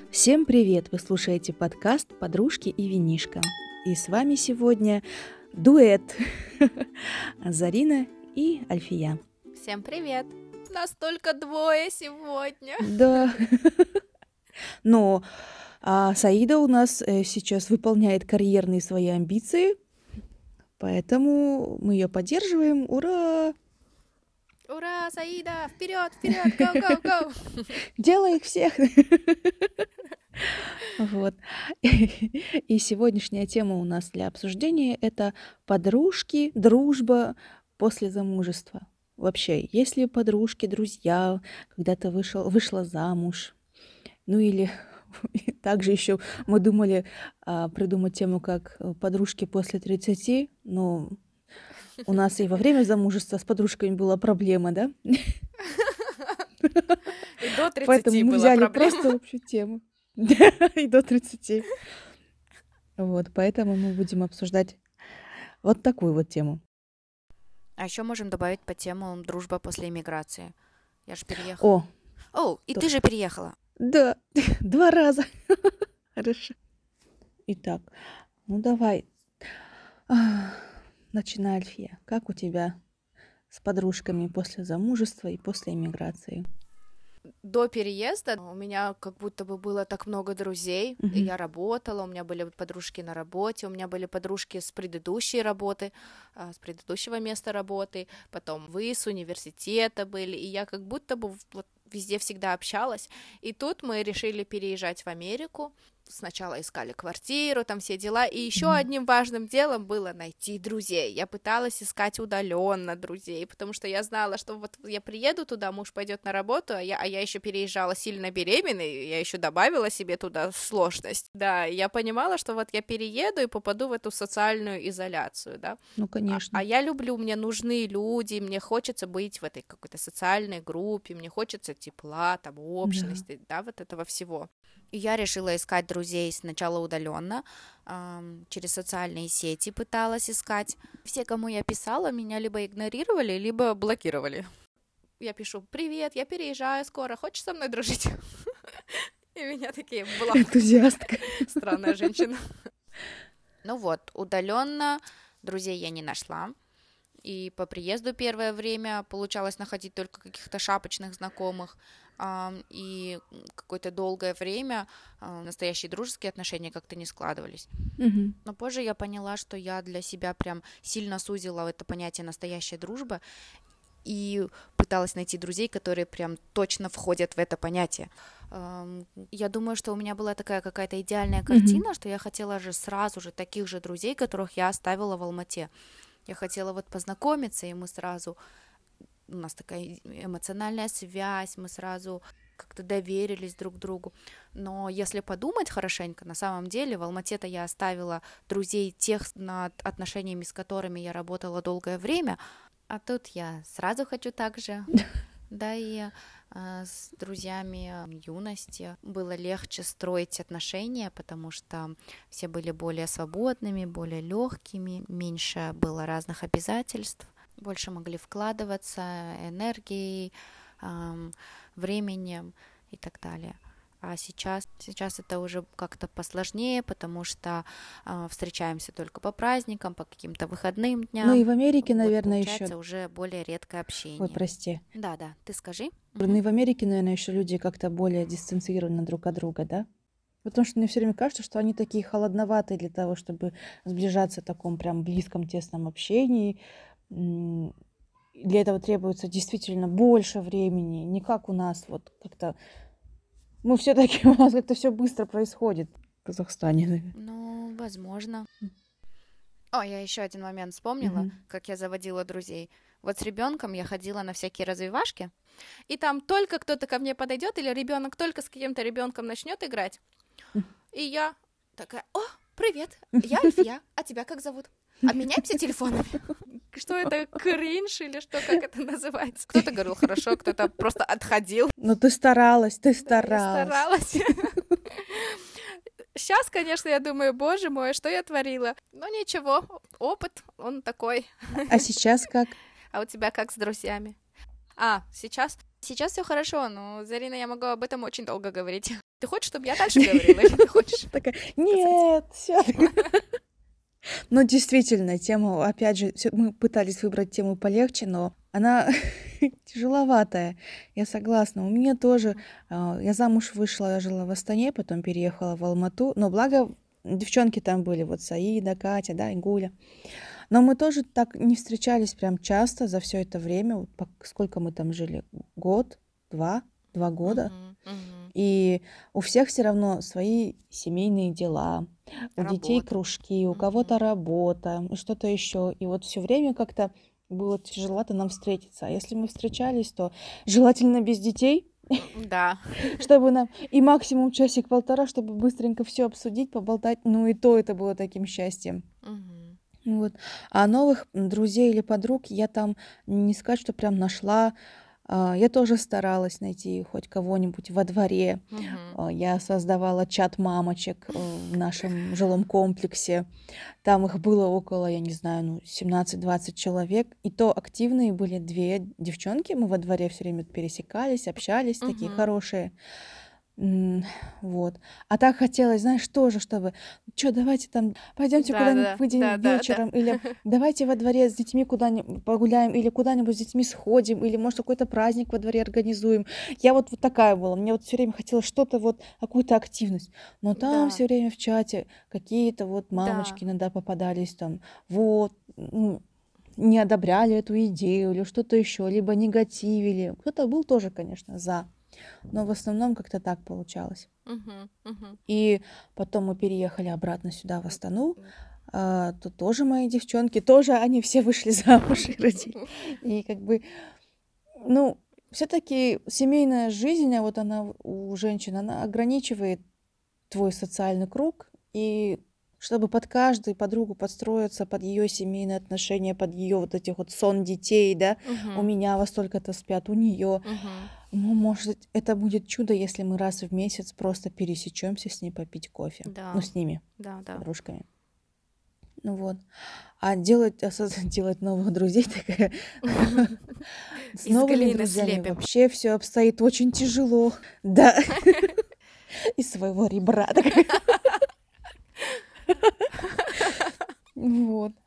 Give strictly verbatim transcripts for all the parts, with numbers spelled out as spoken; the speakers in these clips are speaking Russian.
Всем привет! Вы слушаете подкаст «Подружки и винишко». И с вами сегодня дуэт Зарина и Альфия. Всем привет! Нас только двое сегодня. Да. Но а Саида у нас э, сейчас выполняет карьерные свои амбиции, поэтому мы ее поддерживаем. Ура! Ура, Саида! Вперед, вперед, go, go, go! Делай их всех! Вот. И сегодняшняя тема у нас для обсуждения — это подружки, дружба после замужества. Вообще, есть ли подружки, друзья, когда ты вышел, вышла замуж? Ну или также еще мы думали а, придумать тему как э, подружки после тридцати, но у нас и во время замужества с подружками была проблема, да? И до Поэтому тридцати мы была взяли проблема. просто общую тему. И до тридцати. Вот, поэтому мы будем обсуждать вот такую вот тему. А еще можем добавить по тему дружба после иммиграции. Я же переехала. О, О, и то- ты же переехала. да, два раза. Хорошо. Итак, ну давай. А, Начинай, Альфия. Как у тебя с подружками после замужества и после иммиграции? До переезда у меня как будто бы было так много друзей. Мгм. И я работала, у меня были подружки на работе, у меня были подружки с предыдущей работы, а, с предыдущего места работы, потом вы с университета были, и я как будто бы вот везде всегда общалась. И тут мы решили переезжать в Америку. Сначала искали квартиру, там все дела. И еще Мгм. одним важным делом было найти друзей. Я пыталась искать удаленно друзей, потому что я знала, что вот я приеду туда, муж пойдет на работу, а я, а я еще переезжала сильно беременной, я еще добавила себе туда сложность. Да, я понимала, что вот я перееду и попаду в эту социальную изоляцию, да. Ну, А, конечно. а я люблю, мне нужны люди, мне хочется быть в этой какой-то социальной группе, мне хочется тепла, там, общности, да, вот этого всего. И я решила искать друзей сначала удаленно, через социальные сети пыталась искать. Все, кому я писала, меня либо игнорировали, либо блокировали. Я пишу: «Привет, я переезжаю скоро, хочешь со мной дружить?» И меня такие: «Блок». Энтузиастка. Странная женщина. Ну вот, удаленно друзей я не нашла. И по приезду первое время получалось находить только каких-то шапочных знакомых. ам, И какое-то долгое время а, настоящие дружеские отношения как-то не складывались. Мгм. Но позже я поняла, что я для себя прям сильно сузила это понятие настоящая дружба и пыталась найти друзей, которые прям точно входят в это понятие. Ам, Я думаю, что у меня была такая какая-то идеальная картина, что я хотела же сразу же таких же друзей, которых я оставила в Алмате. Я хотела вот познакомиться, и мы сразу, у нас такая эмоциональная связь, мы сразу как-то доверились друг другу. Но если подумать хорошенько, на самом деле в Алмате-то я оставила друзей тех, над отношениями с которыми я работала долгое время, а тут я сразу хочу так же. Да, и а, с друзьями юности было легче строить отношения, потому что все были более свободными, более легкими, меньше было разных обязательств, больше могли вкладываться энергией, ам, временем и так далее. А сейчас, сейчас это уже как-то посложнее, потому что а, встречаемся только по праздникам, по каким-то выходным дням. Ну и в Америке, Вот, наверное, получается еще. уже более редкое общение. Ой, прости. Да, да, ты скажи. Ну и в Америке, наверное, еще люди как-то более дистанцированы друг от друга, да? Потому что мне все время кажется, что они такие холодноватые для того, чтобы сближаться в таком прям близком, тесном общении. М, Для этого требуется действительно больше времени, не как у нас вот как-то. Мы все-таки у нас как-то все быстро происходит в Казахстане, наверное. Ну, возможно. О, я еще один момент вспомнила, Мгм. как я заводила друзей. Вот с ребенком я ходила на всякие развивашки, и там только кто-то ко мне подойдет, или ребенок только с каким-то ребенком начнет играть, и я такая: «О, привет, я Альфия, а тебя как зовут? Обменяемся телефонами?» Что это, кринж или что, как это называется? Кто-то говорил хорошо, кто-то просто отходил. Ну ты старалась, ты Я старалась. старалась. Сейчас, конечно, я думаю: боже мой, что я творила? Но ничего, опыт, он такой. А сейчас как? А у тебя как с друзьями? А, сейчас? Сейчас все хорошо, но, Зарина, я могу об этом очень долго говорить. Ты хочешь, чтобы я дальше говорила, или ты хочешь? Такая, нет, все. Но действительно, тема, опять же, всё- мы пытались выбрать тему полегче, но она тяжеловатая. Я согласна. У меня тоже, а, я замуж вышла, я жила в Астане, потом переехала в Алмату. Но благо девчонки там были, вот Саида, Катя, да, и Гуля. Но мы тоже так не встречались прям часто за все это время. Вот пок- сколько мы там жили? Год, два, два года. Мгм, мгм. И у всех все равно свои семейные дела, у детей Работа. кружки, у Мгм. кого-то работа, и что-то еще. И вот все время как-то было тяжеловато нам встретиться. А если мы встречались, то желательно без детей, М, Да. чтобы нам и максимум часик-полтора, чтобы быстренько все обсудить, поболтать. Ну и то это было таким счастьем. Мгм. Вот. А новых м, друзей или подруг я там не сказать, что прям нашла. А, Я тоже старалась найти хоть кого-нибудь во дворе. Мгм. А, Я создавала чат мамочек э, в нашем жилом комплексе. Там их было около, я не знаю, ну, семнадцать-двадцать человек. И то активные были две девчонки. Мы во дворе все время пересекались, общались, такие Мгм. хорошие. М, Вот. А так хотелось, знаешь, тоже, чтобы, что, давайте там, пойдемте Да, куда-нибудь да, выйдем да, да, да. вечером, или давайте во дворе с детьми куда-нибудь погуляем, или куда-нибудь с детьми сходим, или, может, какой-то праздник во дворе организуем. Я вот, вот такая была. Мне вот все время хотелось что-то вот, какую-то активность. Но там Да, все время в чате какие-то вот да. мамочки иногда попадались там, вот, ну, не одобряли эту идею или что-то еще, либо негативили. Кто-то был тоже, конечно, за. Но в основном как-то так получалось. Мгм, мгм. И потом мы переехали обратно сюда, в Астану. А, тут тоже мои девчонки, тоже они все вышли замуж и родили. И как бы, ну, все-таки семейная жизнь, а вот она у женщин, она ограничивает твой социальный круг. И чтобы под каждую подругу подстроиться, под ее семейные отношения, под ее вот этих вот сон детей, да, у Мгм, меня во столько-то спят, у нее. мгм. Ну, может, это будет чудо, если мы раз в месяц просто пересечемся с ней попить кофе. Ну, Да, с ними, да, да. подружками. Ну вот. А делать, а создать, делать новых друзей такая. С Из новыми глины друзьями слепим. вообще все обстоит очень тяжело. Да, из своего ребра. такая. Вот.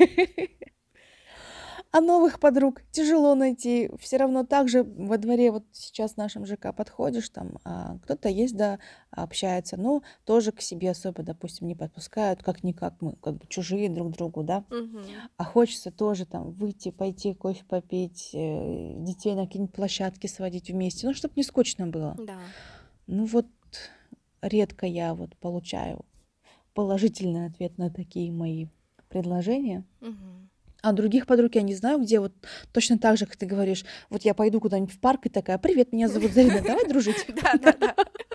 А новых подруг тяжело найти. Все равно так же во дворе вот сейчас в нашем ЖК подходишь, там а, кто-то есть, да, общается, но тоже к себе особо, допустим, не подпускают, как-никак мы как бы чужие друг другу, да. Мгм. А хочется тоже там выйти, пойти кофе попить, э, детей на какие-нибудь площадки сводить вместе, ну, чтобы не скучно было. Да. Ну вот редко я вот получаю положительный ответ на такие мои предложения. Мгм. А других подруг я не знаю, где вот точно так же, как ты говоришь, вот я пойду куда-нибудь в парк и такая, привет, меня зовут Зарина, давай дружить. Да, да, да.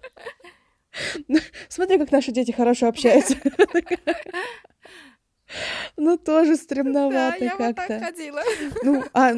Смотри, как наши дети хорошо общаются. Ну, тоже Да, стремновато я вот так как-то. ходила. Ну, а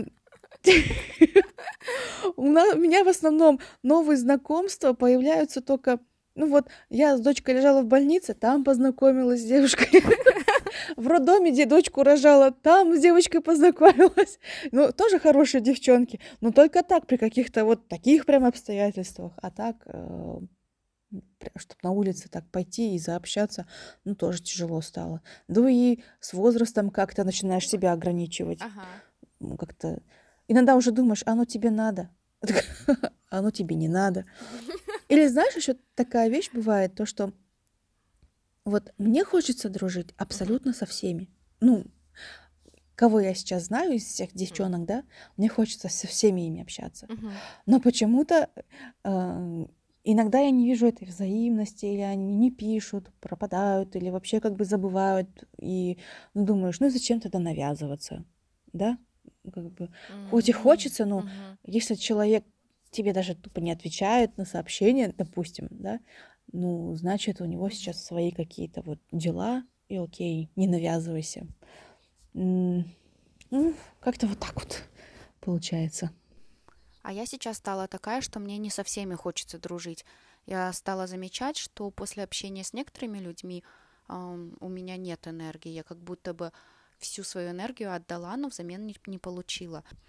у на- у меня в основном новые знакомства появляются только, ну вот, я с дочкой лежала в больнице, там познакомилась с девушкой. В роддоме, где дочку рожала, там с девочкой познакомилась. Ну, тоже хорошие девчонки, но только так, при каких-то вот таких прям обстоятельствах. А так, э, чтобы на улице так пойти и заобщаться, ну, тоже тяжело стало. Да и с возрастом как-то начинаешь себя ограничивать. Ага. Ну, как-то иногда уже думаешь, оно тебе надо, а оно тебе не надо. Или знаешь, еще такая вещь бывает, то, что вот мне хочется дружить Мгм. абсолютно со всеми. Ну, кого я сейчас знаю из всех М. девчонок, да, мне хочется со всеми ими общаться. Мгм. Но почему-то э, иногда я не вижу этой взаимности, или они не пишут, пропадают, или вообще как бы забывают. И ну, думаешь, ну зачем тогда навязываться, да? Как бы, хоть и М. хочется, но Мгм. если человек тебе даже тупо не отвечает на сообщение, допустим, да, ну, значит, у него Мгм. сейчас свои какие-то вот дела, и окей, не навязывайся. М, Ну, как-то вот так вот получается. А я сейчас стала такая, что мне не со всеми хочется дружить. Я стала замечать, что после общения с некоторыми людьми ам, у меня нет энергии. Я как будто бы всю свою энергию отдала, но взамен не, не получила.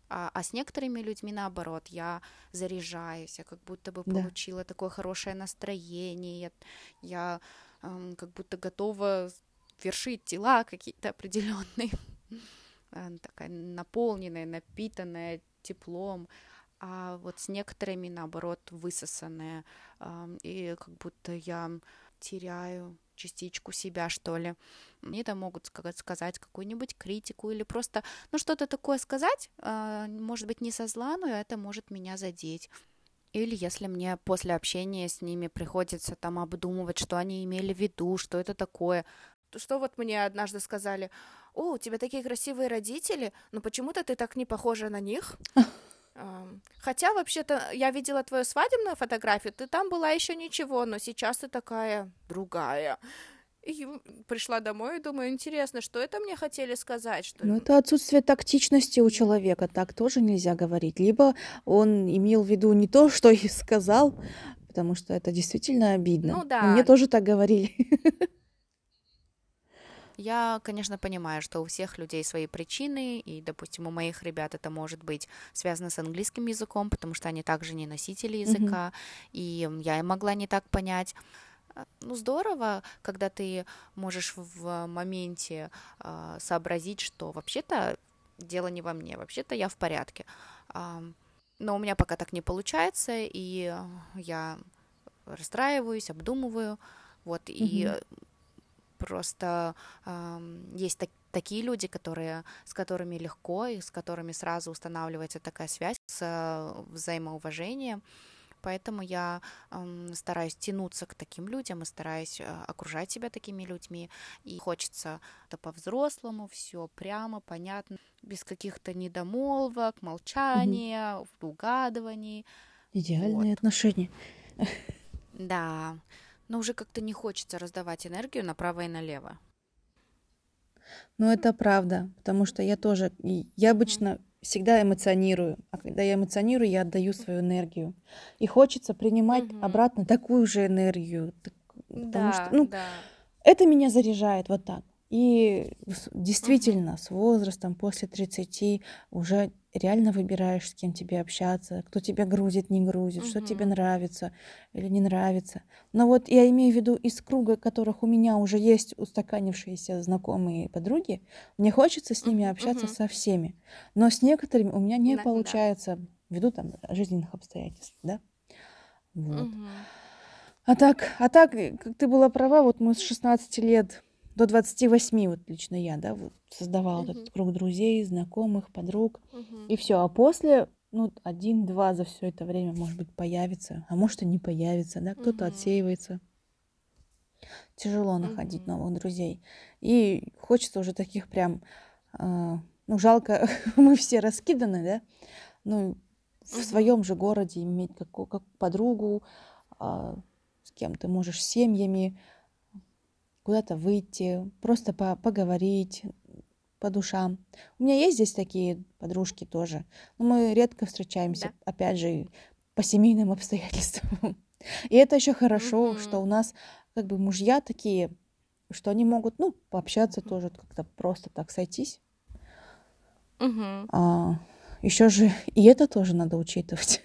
А, а с некоторыми людьми наоборот, я заряжаюсь, я как будто бы Да. получила такое хорошее настроение, я, я эм, как будто готова вершить дела какие-то определенные, э, такая наполненная, напитанная теплом. А вот с некоторыми, наоборот, высосанная, ам, и как будто я теряю частичку себя, что ли. Мне это могут ска- сказать какую-нибудь критику или просто, ну, что-то такое сказать, а, может быть, не со зла, но это может меня задеть. Или если мне после общения с ними приходится там обдумывать, что они имели в виду, что это такое. Что вот мне однажды сказали: «О, у тебя такие красивые родители, но почему-то ты так не похожа на них». Ам, Хотя, вообще-то, я видела твою свадебную фотографию, ты там была еще ничего, но сейчас ты такая другая. И пришла домой и думаю, интересно, что это мне хотели сказать, что... Ну, это отсутствие тактичности у человека, так тоже нельзя говорить. Либо он имел в виду не то, что и сказал, потому что это действительно обидно. Ну Но мне да, тоже так говорили. я, конечно, понимаю, что у всех людей свои причины, и, допустим, у моих ребят это может быть связано с английским языком, потому что они также не носители Мгм. языка, и я и могла не так понять. А, Ну, здорово, когда ты можешь в моменте а, сообразить, что вообще-то дело не во мне, вообще-то я в порядке. А, Но у меня пока так не получается, и я расстраиваюсь, обдумываю, вот, и Мгм. просто ам, есть так- такие люди, которые, с которыми легко и с которыми сразу устанавливается такая связь с э, взаимоуважением. Поэтому я ам, стараюсь тянуться к таким людям и стараюсь э, окружать себя такими людьми. И хочется это по-взрослому, все прямо, понятно, без каких-то недомолвок, Мгм. молчания, угадываний. Вот. Идеальные отношения. Да. Но уже как-то не хочется раздавать энергию направо и налево. Но это правда, потому что я тоже, и я Мгм. обычно всегда эмоционирую, а когда я эмоционирую, я отдаю свою энергию. И хочется принимать Мгм. обратно такую же энергию, так- потому что, Да, ну, да. это меня заряжает вот так. И с- Мгм. действительно, с возрастом, после тридцати уже реально выбираешь, с кем тебе общаться, кто тебя грузит, не грузит, что тебе Мгм. нравится или не нравится. Но вот я имею в виду из круга, которых у меня уже есть устаканившиеся знакомые подруги, мне хочется с ними Мгм. общаться Мгм. со всеми. Но с некоторыми у меня не Да, да. получается ввиду там жизненных обстоятельств, да. Вот. Мгм. А так, а так, э, как ты была права, вот мы с шестнадцати лет до двадцати восьми, вот лично я, да, вот создавала вот Мгм. этот круг друзей, знакомых, подруг, Мгм. и все. А после, ну, один-два за все это время, может быть, появится, а может и не появится, да, кто-то Мгм. отсеивается. Тяжело находить Мгм. новых друзей. И хочется уже таких прям, а, ну, жалко, мы все раскиданы, да, ну, в Мгм. своем же городе иметь как, как подругу, а, с кем ты можешь с семьями куда-то выйти, просто по поговорить по душам. У меня есть здесь такие подружки тоже, но мы редко встречаемся, Да. опять же, по семейным обстоятельствам. И это еще хорошо, что Мгм. у нас как бы мужья такие, что они могут, ну, пообщаться Мгм. тоже, как-то просто так сойтись. Мгм. А, еще же и это тоже надо учитывать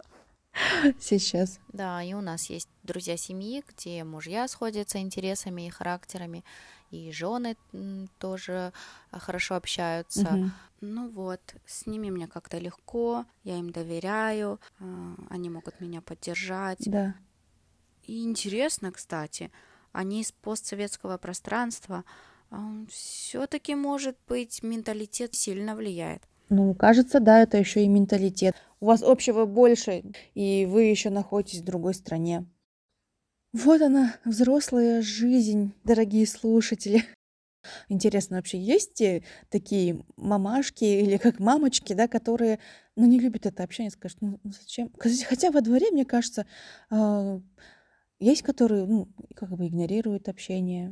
сейчас. Да, и у нас есть друзья семьи, где мужья сходятся интересами и характерами, и жены м, тоже а, хорошо общаются. Мгм. Ну вот, с ними мне как-то легко, я им доверяю, а, они могут меня поддержать. Да. И интересно, кстати, они из постсоветского пространства, все-таки, может быть, менталитет сильно влияет. Ну, кажется, да, это еще и менталитет. У вас общего больше, и вы еще находитесь в другой стране. Вот она, взрослая жизнь, дорогие слушатели. Интересно, вообще есть э, такие мамашки или как мамочки, да, которые, ну, не любят это общение, скажут, ну, ну зачем? Хотя хотя во дворе, мне кажется, а, есть, которые, ну, как бы игнорируют общение.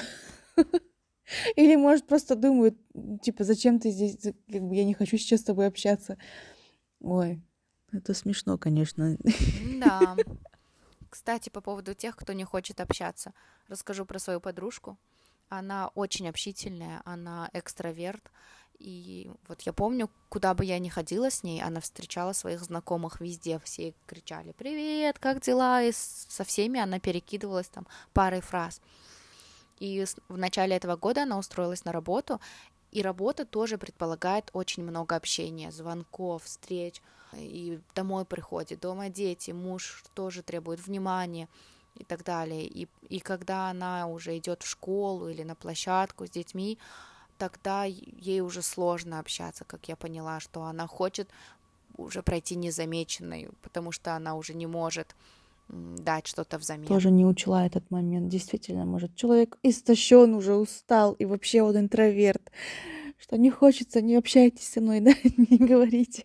Или, может, просто думают, м, типа, зачем ты здесь, з- как бы я не хочу сейчас с тобой общаться. Ой, это смешно, конечно. Да. Кстати, по поводу тех, кто не хочет общаться, расскажу про свою подружку. Она очень общительная, она экстраверт, И вот я помню, куда бы я ни ходила с ней, она встречала своих знакомых везде, все кричали «Привет, как дела?» И со всеми она перекидывалась там парой фраз. И в начале этого года она устроилась на работу, и работа тоже предполагает очень много общения, звонков, встреч, и домой приходит, дома дети, муж тоже требует внимания и так далее. И, и когда она уже идет в школу или на площадку с детьми, тогда ей уже сложно общаться, как я поняла, что она хочет уже пройти незамеченной, потому что она уже не может дать что-то взамен. Тоже не учла этот момент. Действительно, может, человек истощен, уже устал, и вообще он интроверт, что не хочется, не общайтесь со мной, да, не говорите.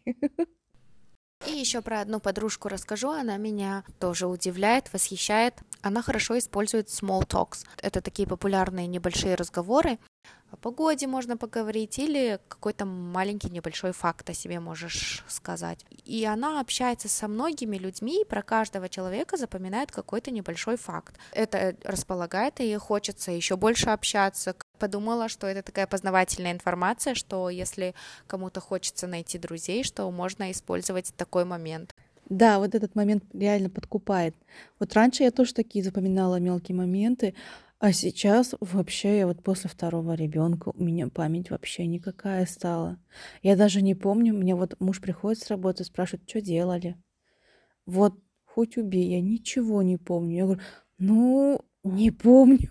И еще про одну подружку расскажу, она меня тоже удивляет, восхищает. Она хорошо использует small talks. Это такие популярные небольшие разговоры. О погоде можно поговорить или какой-то маленький небольшой факт о себе можешь сказать. И она общается со многими людьми, про каждого человека запоминает какой-то небольшой факт. Это располагает, и ей хочется еще больше общаться. Подумала, что это такая познавательная информация, что если кому-то хочется найти друзей, что можно использовать такой момент. Да, вот этот момент реально подкупает. Вот раньше я тоже такие запоминала мелкие моменты, а сейчас вообще я вот после второго ребенка у меня память вообще никакая стала. Я даже не помню, мне вот муж приходит с работы, спрашивает, что делали. Вот хоть убей, я ничего не помню. Я говорю, ну, не помню.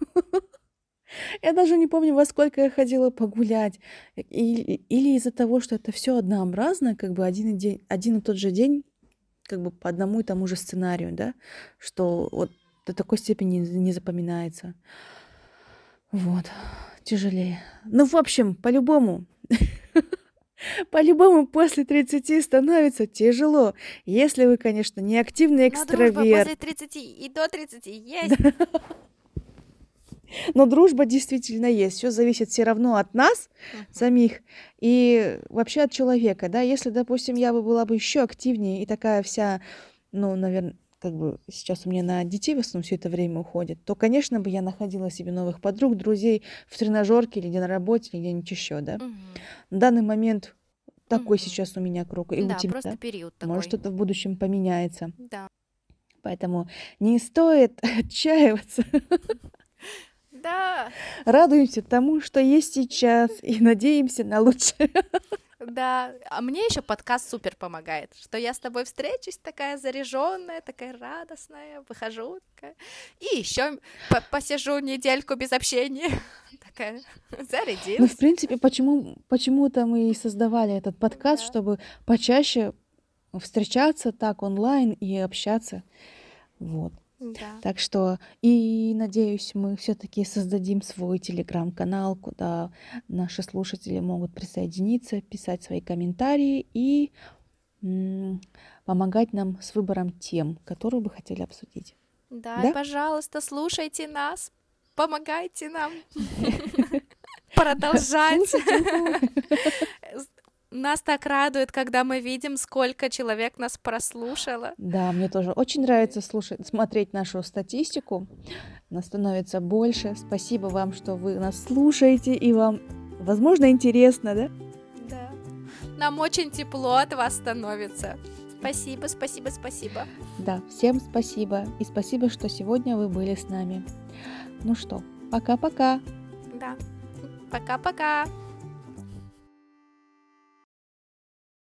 Я даже не помню, во сколько я ходила погулять. Или, или из-за того, что это все однообразно, как бы один и, день, один и тот же день, как бы по одному и тому же сценарию, да, что вот до такой степени не, не запоминается. Вот, тяжелее. Ну, в общем, по-любому, по-любому после тридцати становится тяжело, если вы, конечно, не активный экстраверт. Но дружба после тридцати и до тридцати есть. Но дружба действительно есть. Все зависит все равно от нас uh-huh. самих и вообще от человека, да. Если, допустим, я бы была бы еще активнее и такая вся, ну, наверное, как бы сейчас у меня на детей в основном все это время уходит, то, конечно, бы я находила себе новых подруг, друзей в тренажерке или где на работе, или где-нибудь еще, да. Uh-huh. На данный момент такой uh-huh. сейчас у меня круг. И да, у тебя, просто да? период такой. Может, что-то в будущем поменяется. Да. Поэтому не стоит отчаиваться. Да. Радуемся тому, что есть сейчас, и надеемся на лучшее. Да, а мне еще подкаст супер помогает, что я с тобой встречусь такая заряженная, такая радостная, выхожу такая, и еще посижу недельку без общения, такая зарядилась. Ну, в принципе, почему, почему-то мы и создавали этот подкаст, да. чтобы почаще встречаться так онлайн и общаться, вот. Да. Так что, и надеюсь, мы все-таки создадим свой телеграм-канал, куда наши слушатели могут присоединиться, писать свои комментарии и м- помогать нам с выбором тем, которые бы хотели обсудить. Да, да? Пожалуйста, слушайте нас, помогайте нам продолжать. Нас так радует, когда мы видим, сколько человек нас прослушало. Да, мне тоже очень нравится слушать, смотреть нашу статистику. Нас становится больше. Спасибо вам, что вы нас слушаете, и вам, возможно, интересно, да? Да. Нам очень тепло от вас становится. Спасибо, спасибо, спасибо. Да, всем спасибо. И спасибо, что сегодня вы были с нами. Ну что, пока-пока. Да, пока-пока.